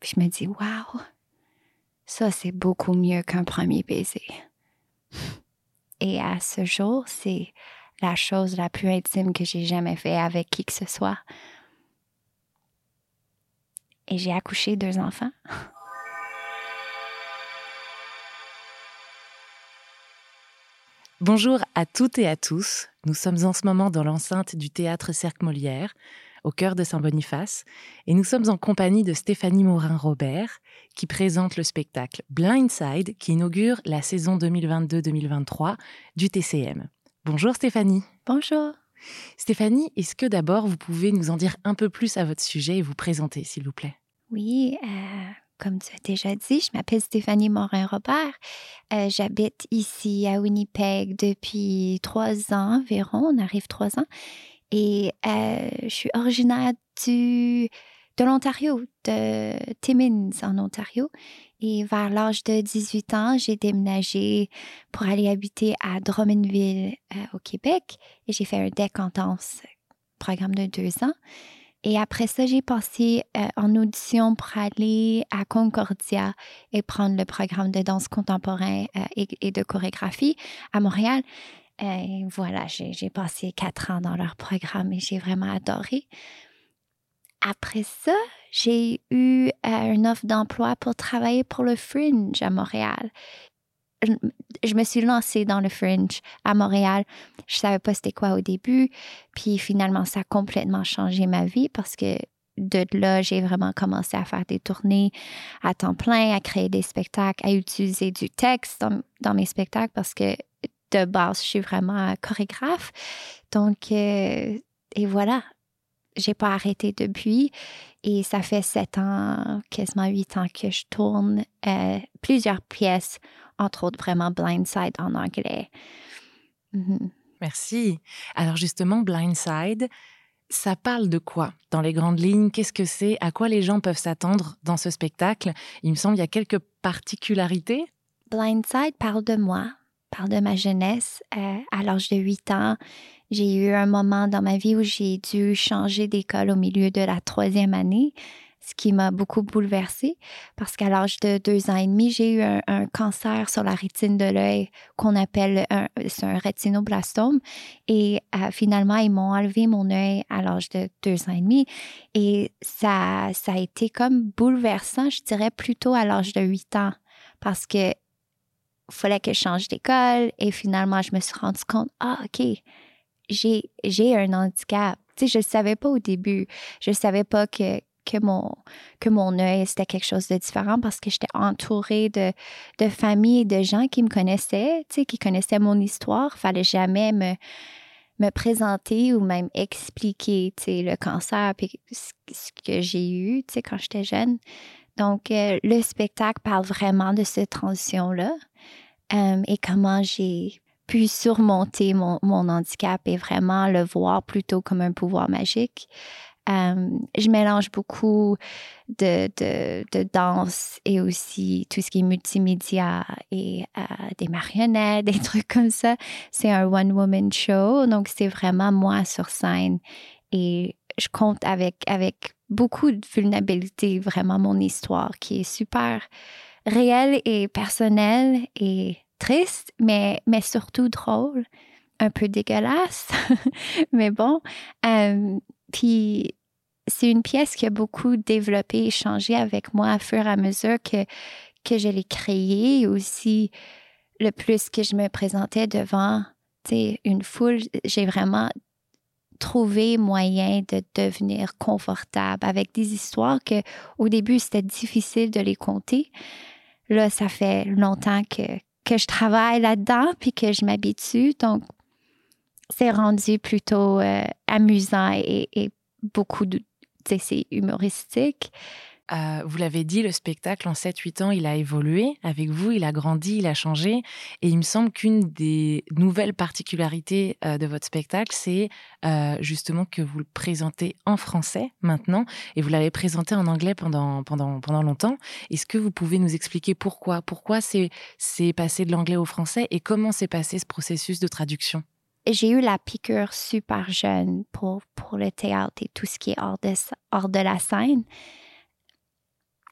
Puis je me dis, waouh, ça c'est beaucoup mieux qu'un premier baiser. Et à ce jour, c'est la chose la plus intime que j'ai jamais fait avec qui que ce soit. Et j'ai accouché 2 enfants. Bonjour à toutes et à tous. Nous sommes en ce moment dans l'enceinte du théâtre Cercle Molière, au cœur de Saint-Boniface, et nous sommes en compagnie de Stéphanie Morin-Robert, qui présente le spectacle Blindside, qui inaugure la saison 2022-2023 du TCM. Bonjour Stéphanie. Bonjour. Stéphanie, est-ce que d'abord vous pouvez nous en dire un peu plus à votre sujet et vous présenter, s'il vous plaît? Oui, comme tu as déjà dit, je m'appelle Stéphanie Morin-Robert. J'habite ici à Winnipeg depuis 3 ans environ. On arrive 3 ans. Et je suis originaire de l'Ontario, de Timmins en Ontario. Et vers l'âge de 18 ans, j'ai déménagé pour aller habiter à Drummondville au Québec. Et j'ai fait un DEC en danse, programme de 2 ans. Et après ça, j'ai passé en audition pour aller à Concordia et prendre le programme de danse contemporain et de chorégraphie à Montréal. Et voilà, j'ai passé 4 ans dans leur programme et j'ai vraiment adoré. Après ça, j'ai eu une offre d'emploi pour travailler pour le Fringe à Montréal. Je me suis lancée dans le Fringe à Montréal. Je savais pas c'était quoi au début. Puis finalement, ça a complètement changé ma vie parce que de là, j'ai vraiment commencé à faire des tournées à temps plein, à créer des spectacles, à utiliser du texte dans mes spectacles parce que de base, je suis vraiment chorégraphe. Donc, et voilà, j'ai pas arrêté depuis. Et ça fait 7 ans, quasiment 8 ans que je tourne plusieurs pièces, entre autres vraiment Blindside en anglais. Mm-hmm. Merci. Alors justement, Blindside, ça parle de quoi? Dans les grandes lignes, qu'est-ce que c'est? À quoi les gens peuvent s'attendre dans ce spectacle? Il me semble qu'il y a quelques particularités. Blindside parle de moi, parle de ma jeunesse. À l'âge de 8 ans, j'ai eu un moment dans ma vie où j'ai dû changer d'école au milieu de la 3e année, ce qui m'a beaucoup bouleversée parce qu'à l'âge de 2 ans et demi, j'ai eu un cancer sur la rétine de l'œil qu'on appelle c'est un rétinoblastome. Et finalement, ils m'ont enlevé mon œil à l'âge de 2 ans et demi. Et ça a été comme bouleversant, je dirais plutôt à l'âge de 8 ans parce que fallait que je change d'école et finalement, je me suis rendu compte, OK, j'ai un handicap. Tu sais, je ne savais pas au début. Je ne savais pas que mon œil, c'était quelque chose de différent parce que j'étais entourée de familles et de gens qui me connaissaient, tu sais, qui connaissaient mon histoire. Il ne fallait jamais me présenter ou même expliquer, tu sais, le cancer et ce que j'ai eu, tu sais, quand j'étais jeune. Donc, le spectacle parle vraiment de cette transition-là et comment j'ai pu surmonter mon handicap et vraiment le voir plutôt comme un pouvoir magique. Je mélange beaucoup de danse et aussi tout ce qui est multimédia et des marionnettes, des trucs comme ça. C'est un one-woman show, donc c'est vraiment moi sur scène et je compte avec beaucoup de vulnérabilité, vraiment mon histoire qui est super réelle et personnelle et triste, mais surtout drôle, un peu dégueulasse, mais bon. Puis c'est une pièce qui a beaucoup développé et changé avec moi au fur et à mesure que je l'ai créée et aussi le plus que je me présentais devant une foule, j'ai vraiment trouvé moyen de devenir confortable avec des histoires que au début c'était difficile de les conter. Là, ça fait longtemps que je travaille là-dedans puis que je m'habitue, donc c'est rendu plutôt amusant et beaucoup de, tu sais, c'est humoristique. Vous l'avez dit, le spectacle, en 7-8 ans, il a évolué avec vous, il a grandi, il a changé. Et il me semble qu'une des nouvelles particularités de votre spectacle, c'est justement que vous le présentez en français maintenant et vous l'avez présenté en anglais pendant longtemps. Est-ce que vous pouvez nous expliquer pourquoi? Pourquoi c'est passé de l'anglais au français et comment s'est passé ce processus de traduction? J'ai eu la piqûre super jeune pour le théâtre et tout ce qui est hors de la scène.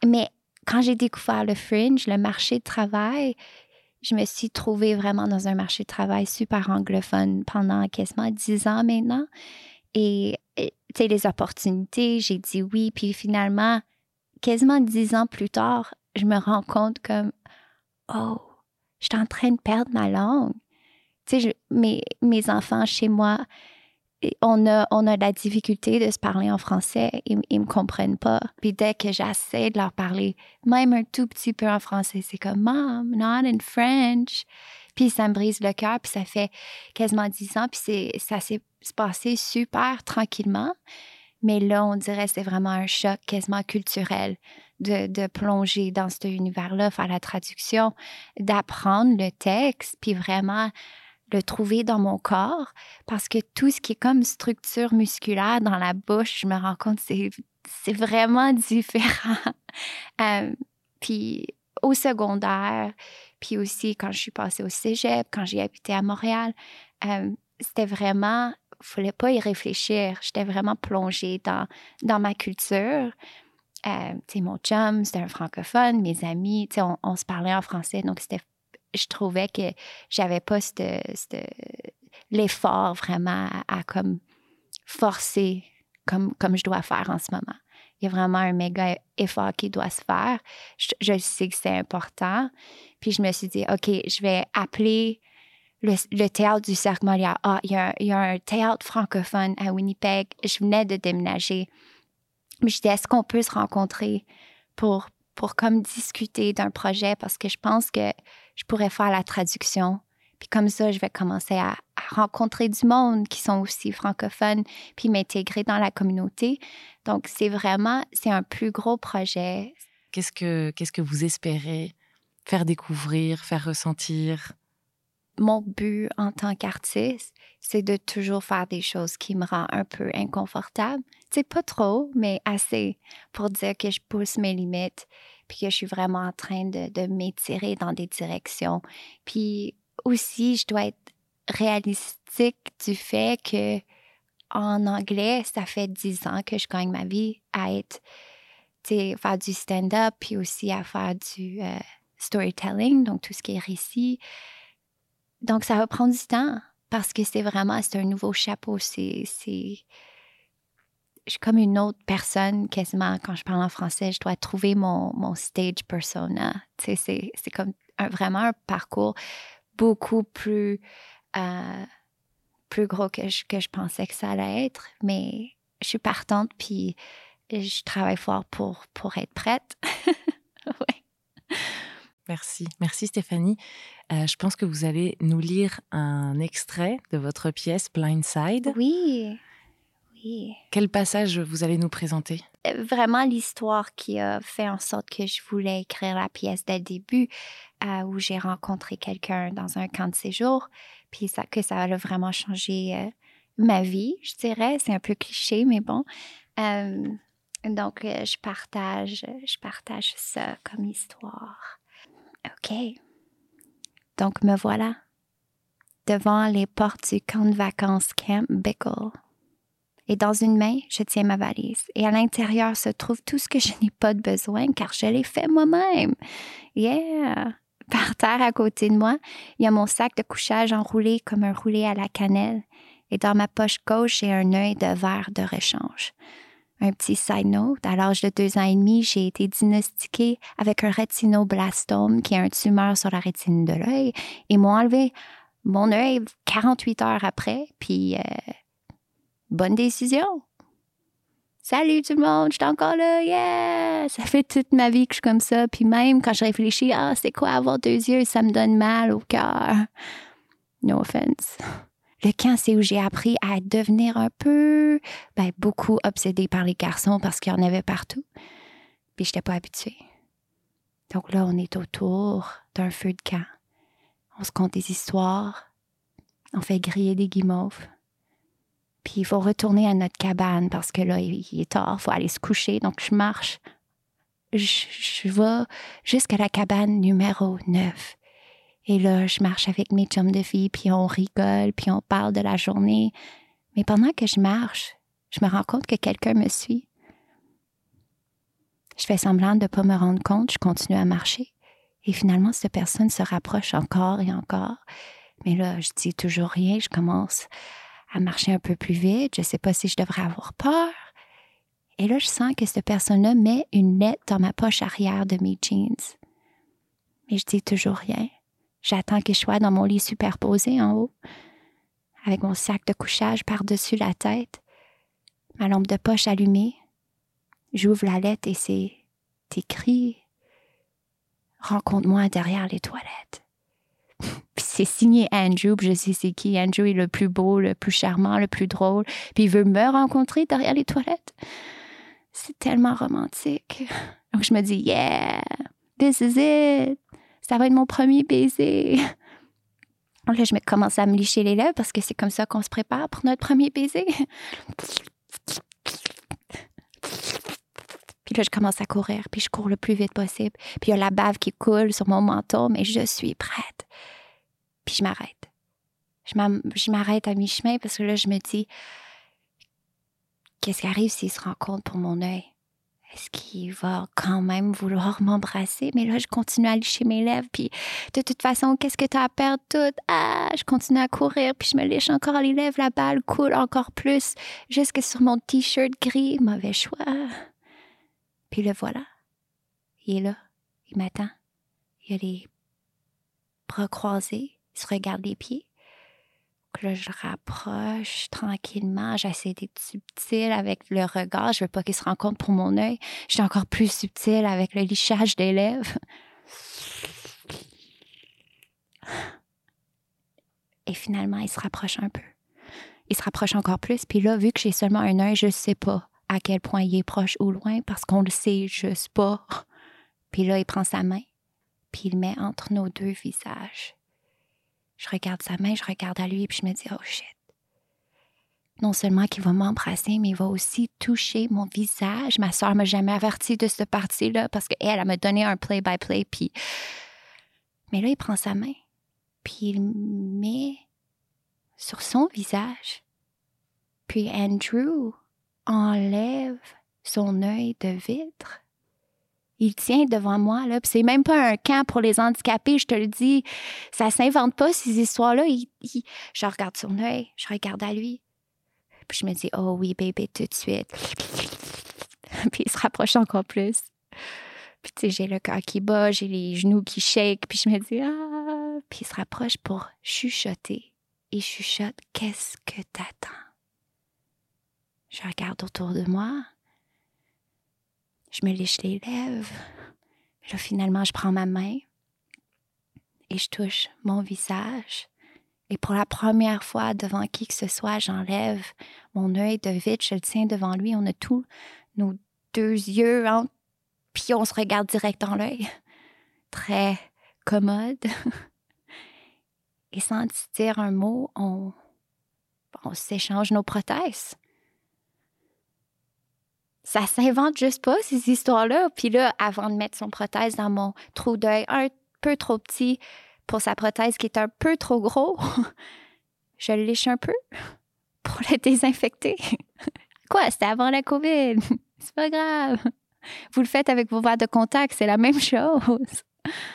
Mais quand j'ai découvert le Fringe, le marché de travail, je me suis trouvée vraiment dans un marché de travail super anglophone pendant quasiment 10 ans maintenant. Et tu sais, les opportunités, j'ai dit oui. Puis finalement, quasiment 10 ans plus tard, je me rends compte comme, oh, je suis en train de perdre ma langue. Tu sais, mes enfants chez moi, on a de la difficulté de se parler en français. Ils me comprennent pas. Puis dès que j'essaie de leur parler, même un tout petit peu en français, c'est comme « Mom, not in French ». Puis ça me brise le cœur. Puis ça fait quasiment 10 ans. Puis ça s'est passé super tranquillement. Mais là, on dirait que c'est vraiment un choc quasiment culturel de plonger dans cet univers-là, faire la traduction, d'apprendre le texte, puis vraiment le trouver dans mon corps, parce que tout ce qui est comme structure musculaire dans la bouche, je me rends compte que c'est vraiment différent. Puis au secondaire, puis aussi quand je suis passée au cégep, quand j'ai habité à Montréal, c'était vraiment, il ne fallait pas y réfléchir. J'étais vraiment plongée dans ma culture. Tu sais, mon chum, c'était un francophone, mes amis, tu sais, on se parlait en français, donc je trouvais que j'avais pas l'effort vraiment à comme forcer comme je dois faire en ce moment. Il y a vraiment un méga effort qui doit se faire. Je sais que c'est important. Puis je me suis dit, OK, je vais appeler le théâtre du Cercle Molière. Ah, il y a un théâtre francophone à Winnipeg. Je venais de déménager. Mais je dis, est-ce qu'on peut se rencontrer pour comme discuter d'un projet? Parce que je pense que je pourrais faire la traduction. Puis comme ça, je vais commencer à rencontrer du monde qui sont aussi francophones, puis m'intégrer dans la communauté. Donc, c'est un plus gros projet. Qu'est-ce que vous espérez faire découvrir, faire ressentir? Mon but en tant qu'artiste, c'est de toujours faire des choses qui me rendent un peu inconfortable. Tu sais, pas trop, mais assez pour dire que je pousse mes limites, puis que je suis vraiment en train de m'étirer dans des directions. Puis aussi, je dois être réalistique du fait que en anglais, ça fait 10 ans que je gagne ma vie à être, tu sais, faire du stand-up, puis aussi à faire du storytelling, donc tout ce qui est récit. Donc, ça va prendre du temps parce que c'est un nouveau chapeau. Je suis comme une autre personne quasiment quand je parle en français. Je dois trouver mon stage persona. Tu sais, c'est comme vraiment un parcours beaucoup plus gros que je pensais que ça allait être. Mais je suis partante puis je travaille fort pour être prête. Ouais. Merci. Merci Stéphanie. Je pense que vous allez nous lire un extrait de votre pièce Blindside. Oui. Quel passage vous allez nous présenter? Vraiment l'histoire qui a fait en sorte que je voulais écrire la pièce dès le début, où j'ai rencontré quelqu'un dans un camp de séjour, puis ça a vraiment changé ma vie, je dirais. C'est un peu cliché, mais bon. Donc, je partage ça comme histoire. OK. Donc, me voilà devant les portes du camp de vacances Camp Bickle. Et dans une main, je tiens ma valise. Et à l'intérieur se trouve tout ce que je n'ai pas de besoin car je l'ai fait moi-même. Yeah! Par terre à côté de moi, il y a mon sac de couchage enroulé comme un roulé à la cannelle. Et dans ma poche gauche, j'ai un œil de verre de rechange. Un petit side note, à l'âge de 2 ans et demi, j'ai été diagnostiquée avec un rétinoblastome, qui est un tumeur sur la rétine de l'œil. Ils m'ont enlevé mon œil 48 heures après, puis bonne décision. Salut tout le monde, je suis encore là, yeah! Ça fait toute ma vie que je suis comme ça, puis même quand je réfléchis, c'est quoi avoir 2 yeux, ça me donne mal au cœur. No offense. Le camp, c'est où j'ai appris à devenir un peu, beaucoup obsédée par les garçons parce qu'il y en avait partout. Puis je n'étais pas habituée. Donc là, on est autour d'un feu de camp. On se conte des histoires. On fait griller des guimauves. Puis il faut retourner à notre cabane parce que là, il est tard, il faut aller se coucher. Donc je marche. Je vais jusqu'à la cabane numéro 9. Et là, je marche avec mes chums de filles, puis on rigole, puis on parle de la journée. Mais pendant que je marche, je me rends compte que quelqu'un me suit. Je fais semblant de ne pas me rendre compte, je continue à marcher. Et finalement, cette personne se rapproche encore et encore. Mais là, je dis toujours rien, je commence à marcher un peu plus vite. Je ne sais pas si je devrais avoir peur. Et là, je sens que cette personne-là met une lettre dans ma poche arrière de mes jeans. Mais je dis toujours rien. J'attends que je sois dans mon lit superposé en haut, avec mon sac de couchage par-dessus la tête, ma lampe de poche allumée. J'ouvre la lettre et c'est écrit « Rencontre-moi derrière les toilettes ». Puis c'est signé Andrew, puis je sais c'est qui. Andrew est le plus beau, le plus charmant, le plus drôle. Puis il veut me rencontrer derrière les toilettes. C'est tellement romantique. Donc je me dis « Yeah, this is it ». Ça va être mon premier baiser. Donc là, je commence à me licher les lèvres parce que c'est comme ça qu'on se prépare pour notre premier baiser. Puis là, je commence à courir, puis je cours le plus vite possible. Puis il y a la bave qui coule sur mon menton, mais je suis prête. Puis je m'arrête. Je m'arrête à mi-chemin parce que là, je me dis, qu'est-ce qui arrive s'il se rend compte pour mon œil? Est-ce qu'il va quand même vouloir m'embrasser? Mais là, je continue à licher mes lèvres. Puis de toute façon, qu'est-ce que tu as à perdre tout? Ah, je continue à courir. Puis je me liche encore les lèvres. La balle coule encore plus jusque sur mon T-shirt gris. Mauvais choix. Puis le voilà. Il est là. Il m'attend. Il a les bras croisés. Il se regarde les pieds. Donc là, je le rapproche tranquillement. J'essaie d'être subtile avec le regard. Je veux pas qu'il se rende compte pour mon œil. Je suis encore plus subtile avec le lichage des lèvres. Et finalement, il se rapproche un peu. Il se rapproche encore plus. Puis là, vu que j'ai seulement un œil, je sais pas à quel point il est proche ou loin parce qu'on le sait juste pas. Puis là, il prend sa main. Puis il met entre nos deux visages. Je regarde sa main, je regarde à lui, puis je me dis, oh shit. Non seulement qu'il va m'embrasser, mais il va aussi toucher mon visage. Ma soeur m'a jamais avertie de cette partie-là parce qu'elle m'a donné un play-by-play. Puis... Mais là, il prend sa main, puis il met sur son visage. Puis Andrew enlève son œil de vitre. Il tient devant moi, là, puis c'est même pas un camp pour les handicapés, je te le dis. Ça s'invente pas, ces histoires-là. Je regarde son œil, je regarde à lui. Puis je me dis, oh oui, bébé, tout de suite. Puis il se rapproche encore plus. Puis tu sais, j'ai le cœur qui bat, j'ai les genoux qui shake, puis je me dis, ah! Puis il se rapproche pour chuchoter. Il chuchote, qu'est-ce que t'attends? Je regarde autour de moi. Je me liche les lèvres. Là, finalement, je prends ma main et je touche mon visage. Et pour la première fois, devant qui que ce soit, j'enlève mon œil de vitre. Je le tiens devant lui. On a tous nos deux yeux, hein, puis on se regarde direct dans l'œil. Très commode. Et sans dire un mot, on s'échange nos prothèses. Ça s'invente juste pas, ces histoires-là. Puis là, avant de mettre son prothèse dans mon trou d'œil un peu trop petit pour sa prothèse qui est un peu trop gros, je le liche un peu pour le désinfecter. Quoi? C'était avant la COVID. C'est pas grave. Vous le faites avec vos verres de contact, c'est la même chose.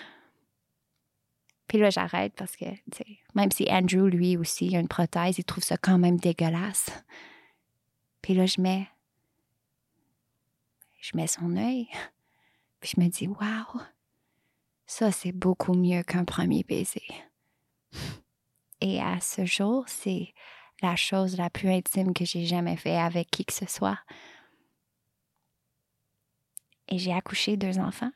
Puis là, j'arrête parce que, tu sais, même si Andrew, lui aussi, a une prothèse, il trouve ça quand même dégueulasse. Puis là, je mets son œil, puis je me dis, waouh, ça, c'est beaucoup mieux qu'un premier baiser. Et à ce jour, c'est la chose la plus intime que j'ai jamais fait avec qui que ce soit. Et j'ai accouché 2 enfants.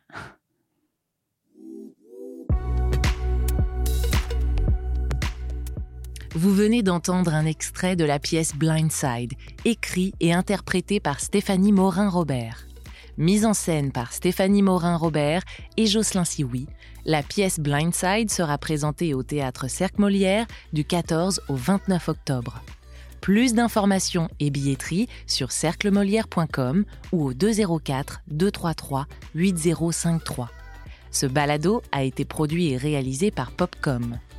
Vous venez d'entendre un extrait de la pièce Blindside, écrit et interprété par Stéphanie Morin-Robert. Mise en scène par Stéphanie Morin-Robert et Jocelyn Sioui, la pièce Blindside sera présentée au Théâtre Cercle Molière du 14 au 29 octobre. Plus d'informations et billetterie sur cerclemolière.com ou au 204 233 8053. Ce balado a été produit et réalisé par Popcom.